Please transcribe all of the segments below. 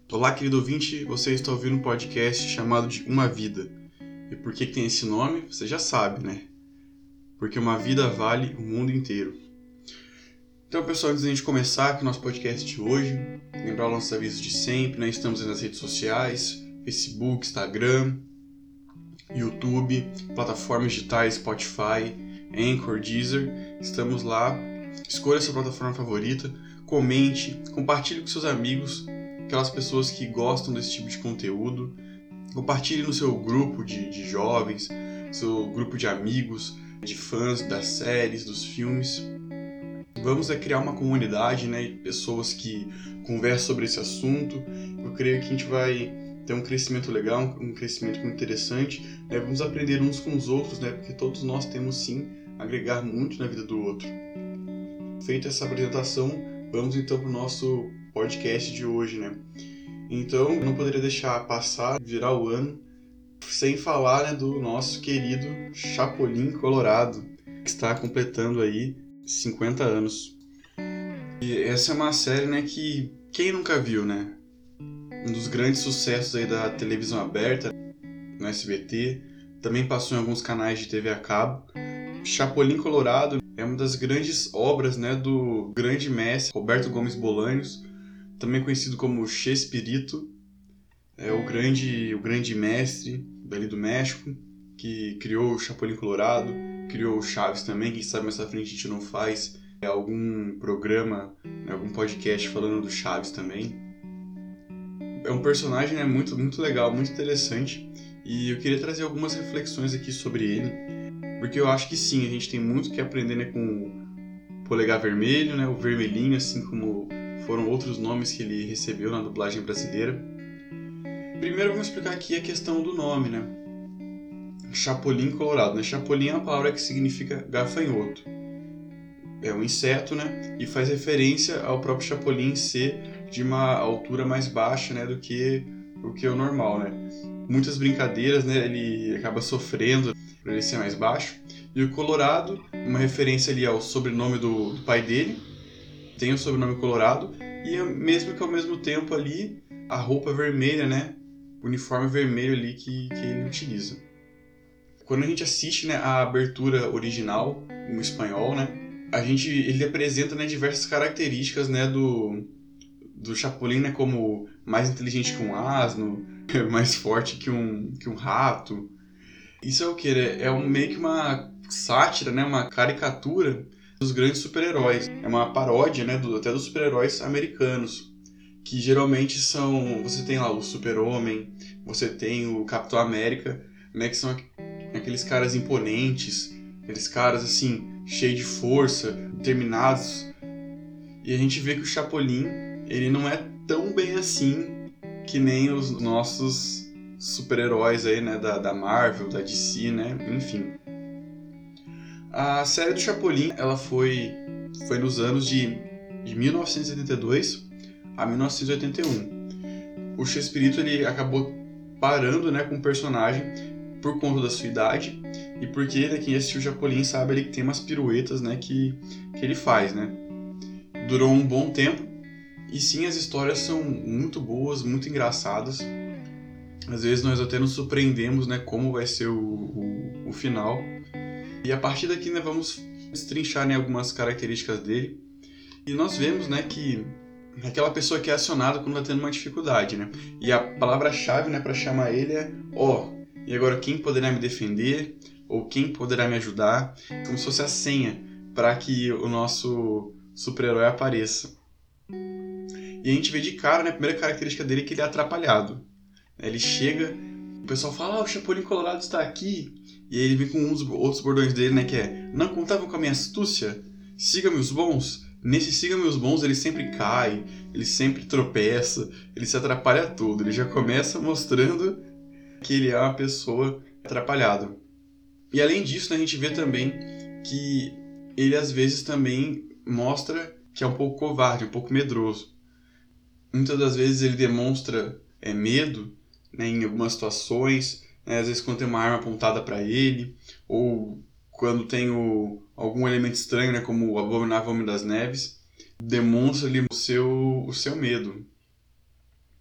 Olá, querido ouvinte, você está ouvindo um podcast chamado de Uma Vida. E por que tem esse nome? Você já sabe, né? Porque uma vida vale o mundo inteiro. Então, pessoal, antes de a gente começar com o nosso podcast de hoje, lembrar os nossos avisos de sempre, né? Estamos nas redes sociais, Facebook, Instagram, YouTube, plataformas digitais, Spotify, Anchor, Deezer. Estamos lá. Escolha a sua plataforma favorita, comente, compartilhe com seus amigos, aquelas pessoas que gostam desse tipo de conteúdo. Compartilhe no seu grupo de jovens, seu grupo de amigos, de fãs das séries, dos filmes. Vamos criar uma comunidade, né, de pessoas que conversam sobre esse assunto. Eu creio que a gente vai ter um crescimento legal, um crescimento muito interessante. Né? Vamos aprender uns com os outros, né, porque todos nós temos sim agregar muito na vida do outro. Feita essa apresentação, vamos então para o nosso podcast de hoje, né? Então, eu não poderia deixar passar, virar o ano, sem falar, né, do nosso querido Chapolin Colorado, que está completando aí 50 anos. E essa é uma série, né, que quem nunca viu, né? Um dos grandes sucessos aí da televisão aberta, no SBT, também passou em alguns canais de TV a cabo. Chapolin Colorado é uma das grandes obras, né, do grande mestre Roberto Gomes Bolanhos, também conhecido como Chespirito. É o grande mestre dali do México, que criou o Chapolin Colorado, criou o Chaves também. Quem sabe mais à frente a gente não faz algum programa, algum podcast falando do Chaves também. É um personagem, né, muito, muito legal, muito interessante, e eu queria trazer algumas reflexões aqui sobre ele, porque eu acho que sim, a gente tem muito que aprender, né, com o Polegar Vermelho, né, o Vermelhinho, assim como foram outros nomes que ele recebeu na dublagem brasileira. Primeiro vamos explicar aqui a questão do nome, né? Chapolin Colorado, né? Chapolin é uma palavra que significa gafanhoto. É um inseto, né? E faz referência ao próprio Chapolin ser de uma altura mais baixa, né, do que o normal, né? Muitas brincadeiras, né? Ele acaba sofrendo por ele ser mais baixo. E o Colorado, uma referência ali ao sobrenome do pai dele, tem o sobrenome Colorado, e mesmo que ao mesmo tempo ali a roupa vermelha, né? O uniforme vermelho ali que ele utiliza. Quando a gente assiste, né, a abertura original, em espanhol, né, ele apresenta, né, diversas características, né, do Chapolin, né, como mais inteligente que um asno, mais forte que um rato. Isso é o quê? Meio que uma sátira, né, uma caricatura dos grandes super-heróis. É uma paródia, né, até dos super-heróis americanos, que geralmente são... Você tem lá o Super-Homem, você tem o Capitão América, né, que são aqueles caras imponentes, aqueles caras, assim, cheios de força, determinados. E a gente vê que o Chapolin, ele não é tão bem assim que nem os nossos super-heróis aí, né, da Marvel, da DC, né, enfim. A série do Chapolin, ela foi nos anos de 1982 a 1981. O Chespirito, ele acabou parando, né, com o personagem por conta da sua idade e porque, né, quem assistiu o Chapolin sabe ali que tem umas piruetas, né, que ele faz, né. Durou um bom tempo e sim, as histórias são muito boas, muito engraçadas. Às vezes nós até nos surpreendemos, né, como vai ser o final. E a partir daqui, né, vamos destrinchar, né, algumas características dele. E nós vemos, né, que aquela pessoa que é acionada quando está tendo uma dificuldade, né? E a palavra-chave, né, para chamar ele é ó. E agora quem poderá me defender? Ou quem poderá me ajudar? Como se fosse a senha para que o nosso super-herói apareça. E a gente vê de cara, né, a primeira característica dele é que ele é atrapalhado. Ele chega, o pessoal fala, o Chapolin Colorado está aqui. E aí ele vem com uns outros bordões dele, né, que é: não contavam com a minha astúcia? Siga-me os bons. Nesse Siga-me os bons ele sempre cai, ele sempre tropeça, ele se atrapalha todo. Ele já começa mostrando que ele é uma pessoa atrapalhada. E além disso, né, a gente vê também que ele às vezes também mostra que é um pouco covarde, um pouco medroso. Muitas das vezes ele demonstra medo, né, em algumas situações, né, às vezes quando tem uma arma apontada para ele, ou quando tem algum elemento estranho, né, como o Abominável Homem das Neves, demonstra ali o seu medo.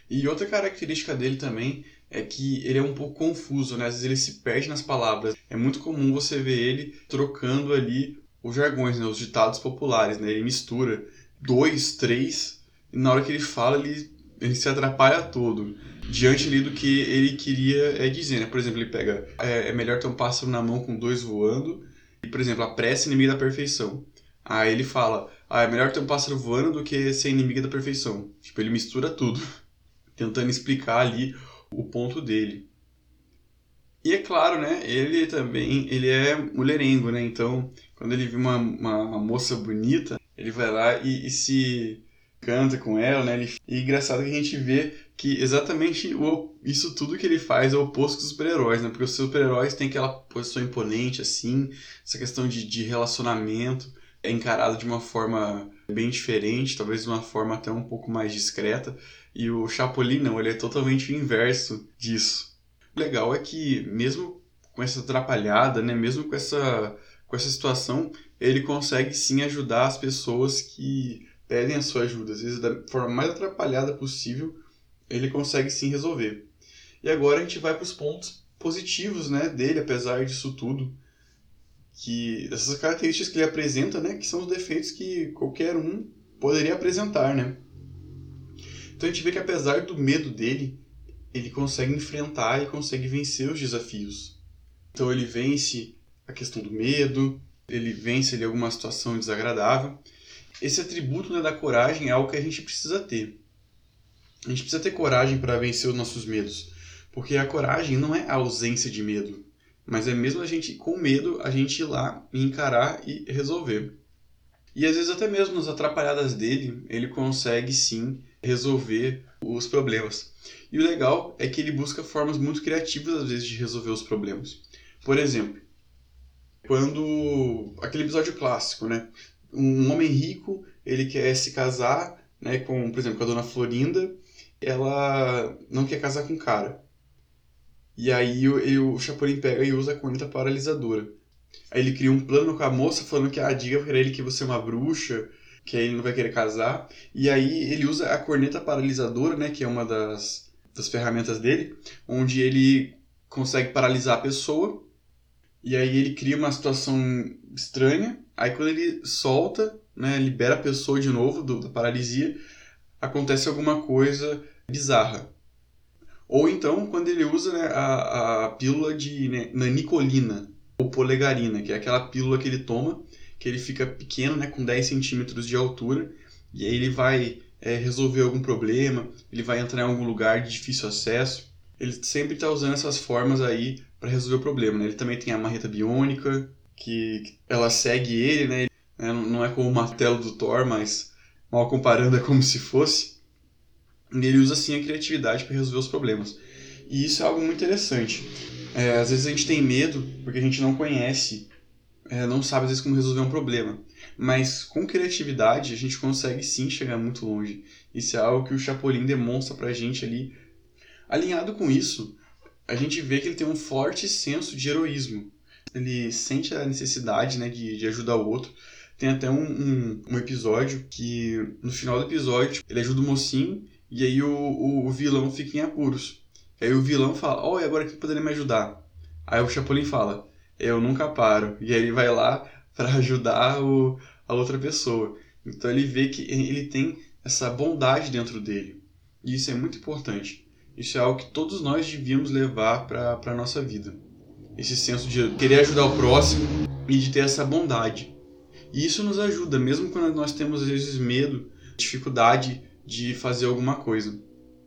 E outra característica dele também é que ele é um pouco confuso, né? Às vezes ele se perde nas palavras. É muito comum você ver ele trocando ali os jargões, né? Os ditados populares, né? Ele mistura 2, 3, e na hora que ele fala, ele se atrapalha todo. Diante ali do que ele queria dizer, né? Por exemplo, ele pega, é melhor ter um pássaro na mão com 2 voando, e, por exemplo, a pressa é inimiga da perfeição. Aí ele fala, é melhor ter um pássaro voando do que ser inimiga da perfeição. Tipo, ele mistura tudo, tentando explicar ali o ponto dele. E é claro, né, ele é mulherengo, né, então quando ele vê uma moça bonita, ele vai lá e se canta com ela, né, e é engraçado que a gente vê que exatamente isso tudo que ele faz é o oposto dos super-heróis, né, porque os super-heróis têm aquela posição imponente, assim, essa questão de relacionamento é encarado de uma forma bem diferente, talvez de uma forma até um pouco mais discreta, e o Chapolin não, ele é totalmente o inverso disso. O legal é que, mesmo com essa atrapalhada, né, mesmo com essa situação, ele consegue sim ajudar as pessoas que pedem a sua ajuda. Às vezes, da forma mais atrapalhada possível, ele consegue sim resolver. E agora a gente vai para os pontos positivos, né, dele, apesar disso tudo. Que essas características que ele apresenta, né, que são os defeitos que qualquer um poderia apresentar, né? Então a gente vê que apesar do medo dele, ele consegue enfrentar e consegue vencer os desafios. Então ele vence a questão do medo, ele vence ali alguma situação desagradável. Esse atributo, né, da coragem é algo que a gente precisa ter. A gente precisa ter coragem para vencer os nossos medos, porque a coragem não é a ausência de medo, mas é mesmo a gente, com medo, a gente ir lá e encarar e resolver. E às vezes até mesmo nas atrapalhadas dele, ele consegue sim resolver os problemas. E o legal é que ele busca formas muito criativas às vezes de resolver os problemas. Por exemplo, quando aquele episódio clássico, né? Um homem rico, ele quer se casar, né, com, por exemplo, com a dona Florinda, ela não quer casar com o cara. E aí o Chapolin pega e usa a corneta paralisadora. Aí ele cria um plano com a moça falando que diga pra ele que você é uma bruxa, que aí ele não vai querer casar. E aí ele usa a corneta paralisadora, né, que é uma das ferramentas dele, onde ele consegue paralisar a pessoa. E aí ele cria uma situação estranha. Aí quando ele solta, né, libera a pessoa de novo da paralisia, acontece alguma coisa bizarra. Ou então quando ele usa, né, a pílula de nanicolina, ou polegarina, que é aquela pílula que ele toma, que ele fica pequeno, né, com 10 centímetros de altura, e aí ele vai resolver algum problema, ele vai entrar em algum lugar de difícil acesso. Ele sempre está usando essas formas aí para resolver o problema, né? Ele também tem a marreta biônica, que ela segue ele, né? Não é como o martelo do Thor, mas mal comparando é como se fosse. E ele usa sim a criatividade para resolver os problemas. E isso é algo muito interessante. Às vezes a gente tem medo porque a gente não conhece, não sabe às vezes como resolver um problema. Mas com criatividade a gente consegue sim chegar muito longe. Isso é algo que o Chapolin demonstra pra gente ali. Alinhado com isso, a gente vê que ele tem um forte senso de heroísmo. Ele sente a necessidade, né, de ajudar o outro. Tem até um episódio que, no final do episódio, ele ajuda o mocinho e aí o vilão fica em apuros. Aí o vilão fala, e agora quem poderia me ajudar? Aí o Chapolin fala, eu nunca paro. E aí ele vai lá para ajudar a outra pessoa. Então ele vê que ele tem essa bondade dentro dele. E isso é muito importante. Isso é algo que todos nós devíamos levar para a nossa vida. Esse senso de querer ajudar o próximo e de ter essa bondade. E isso nos ajuda, mesmo quando nós temos às vezes medo, dificuldade de fazer alguma coisa.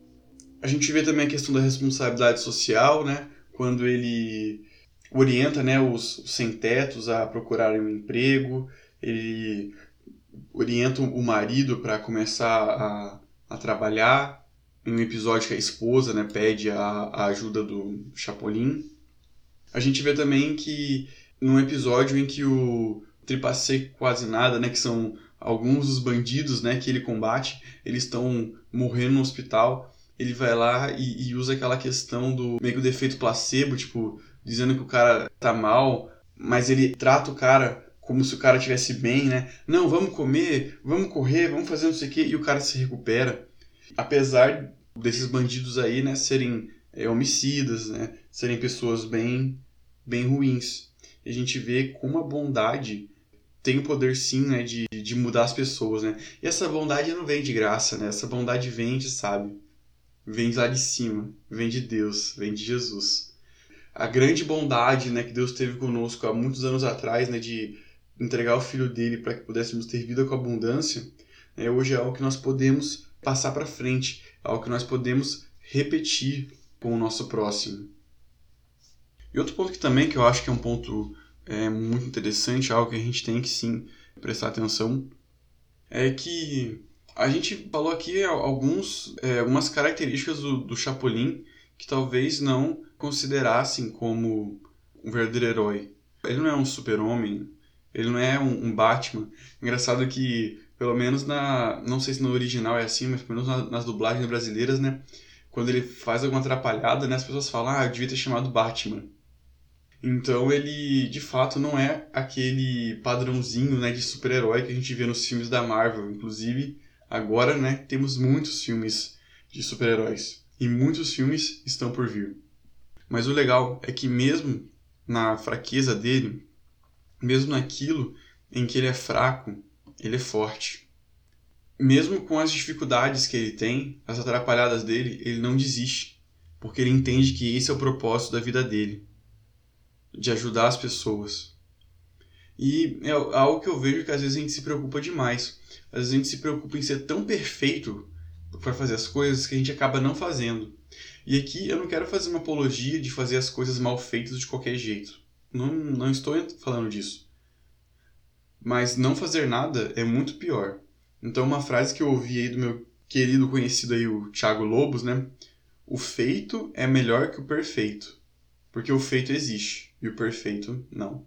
A gente vê também a questão da responsabilidade social, né? Quando ele orienta, né, os sem-tetos a procurarem um emprego, ele orienta o marido para começar a trabalhar. Em um episódio que a esposa, né, pede a ajuda do Chapolin. A gente vê também que num episódio em que o Tripacê Quase Nada, né, que são alguns dos bandidos, né, que ele combate, eles estão morrendo no hospital, ele vai lá e usa aquela questão do meio que o defeito placebo, tipo, dizendo que o cara tá mal, mas ele trata o cara como se o cara estivesse bem, né? Não, vamos comer, vamos correr, vamos fazer não sei o quê, e o cara se recupera. Apesar desses bandidos aí, né, serem homicidas, né, serem pessoas bem ruins. E a gente vê como a bondade tem o poder, sim, né, de mudar as pessoas, né? E essa bondade não vem de graça, né? Essa bondade vem, sabe? Vem lá de cima, vem de Deus, vem de Jesus. A grande bondade, né, que Deus teve conosco há muitos anos atrás, né, de entregar o Filho dele para que pudéssemos ter vida com abundância, hoje é algo que nós podemos passar para frente, é algo que nós podemos repetir com o nosso próximo. E outro ponto que eu acho que é um ponto muito interessante, algo que a gente tem que sim prestar atenção, é que a gente falou aqui algumas características do Chapolin que talvez não considerassem como um verdadeiro herói. Ele não é um super-homem, ele não é um Batman. Engraçado que, pelo menos não sei se no original é assim, mas pelo menos nas dublagens brasileiras, né? Quando ele faz alguma atrapalhada, né, as pessoas falam, eu devia ter chamado Batman. Então ele, de fato, não é aquele padrãozinho, né, de super-herói que a gente vê nos filmes da Marvel. Inclusive, agora, né, temos muitos filmes de super-heróis. E muitos filmes estão por vir. Mas o legal é que mesmo na fraqueza dele, mesmo naquilo em que ele é fraco, ele é forte. Mesmo com as dificuldades que ele tem, as atrapalhadas dele, ele não desiste. Porque ele entende que esse é o propósito da vida dele. De ajudar as pessoas. E é algo que eu vejo que às vezes a gente se preocupa demais. Às vezes a gente se preocupa em ser tão perfeito para fazer as coisas que a gente acaba não fazendo. E aqui eu não quero fazer uma apologia de fazer as coisas mal feitas de qualquer jeito. Não estou falando disso. Mas não fazer nada é muito pior. Então uma frase que eu ouvi aí do meu querido conhecido aí, o Thiago Lobos, né? O feito é melhor que o perfeito. Porque o feito existe e o perfeito não.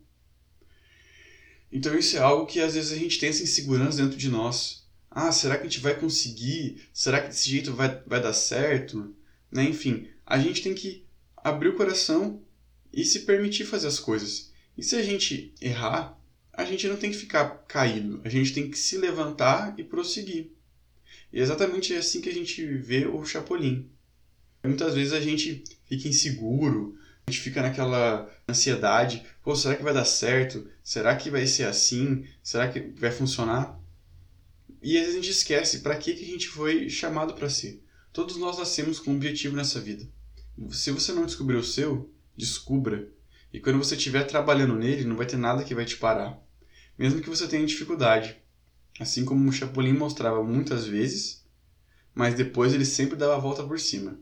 Então isso é algo que às vezes a gente tem essa insegurança dentro de nós. Será que a gente vai conseguir? Será que desse jeito vai dar certo? Né? Enfim, a gente tem que abrir o coração e se permitir fazer as coisas. E se a gente errar, a gente não tem que ficar caído. A gente tem que se levantar e prosseguir. E é exatamente assim que a gente vê o Chapolin. Muitas vezes a gente fica inseguro, a gente fica naquela ansiedade, será que vai dar certo? Será que vai ser assim? Será que vai funcionar? E às vezes a gente esquece para que a gente foi chamado para ser. Todos nós nascemos com um objetivo nessa vida. Se você não descobriu o seu, descubra. E quando você estiver trabalhando nele, não vai ter nada que vai te parar. Mesmo que você tenha dificuldade. Assim como o Chapolin mostrava muitas vezes, mas depois ele sempre dava a volta por cima.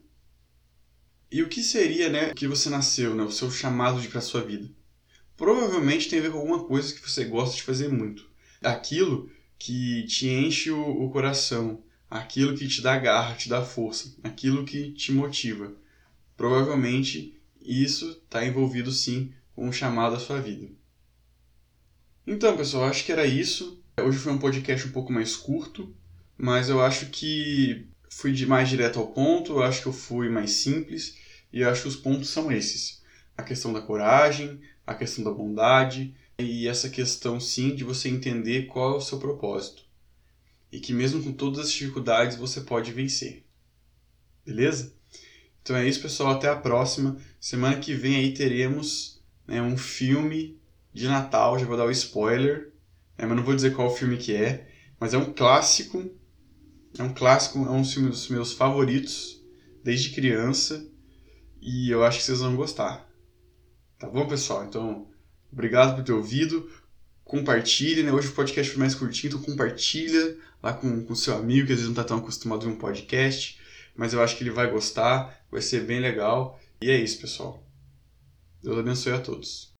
E o que seria, né, que você nasceu, né, o seu chamado para a sua vida? Provavelmente tem a ver com alguma coisa que você gosta de fazer muito. Aquilo que te enche o coração, aquilo que te dá garra, te dá força, aquilo que te motiva. Provavelmente isso está envolvido sim com o chamado à sua vida. Então, pessoal, acho que era isso. Hoje foi um podcast um pouco mais curto, mas eu acho que fui mais direto ao ponto, eu acho que eu fui mais simples, e eu acho que os pontos são esses. A questão da coragem, a questão da bondade, e essa questão, sim, de você entender qual é o seu propósito. E que mesmo com todas as dificuldades, você pode vencer. Beleza? Então é isso, pessoal. Até a próxima. Semana que vem aí teremos, né, um filme de Natal. Já vou dar o spoiler, mas não vou dizer qual filme que é. Mas é um clássico. É um filme dos meus favoritos desde criança. E eu acho que vocês vão gostar. Tá bom, pessoal? Então, obrigado por ter ouvido. Compartilhe, né? Hoje o podcast foi mais curtinho, então compartilha lá com seu amigo, que às vezes não está tão acostumado a ver um podcast. Mas eu acho que ele vai gostar, vai ser bem legal. E é isso, pessoal. Deus abençoe a todos.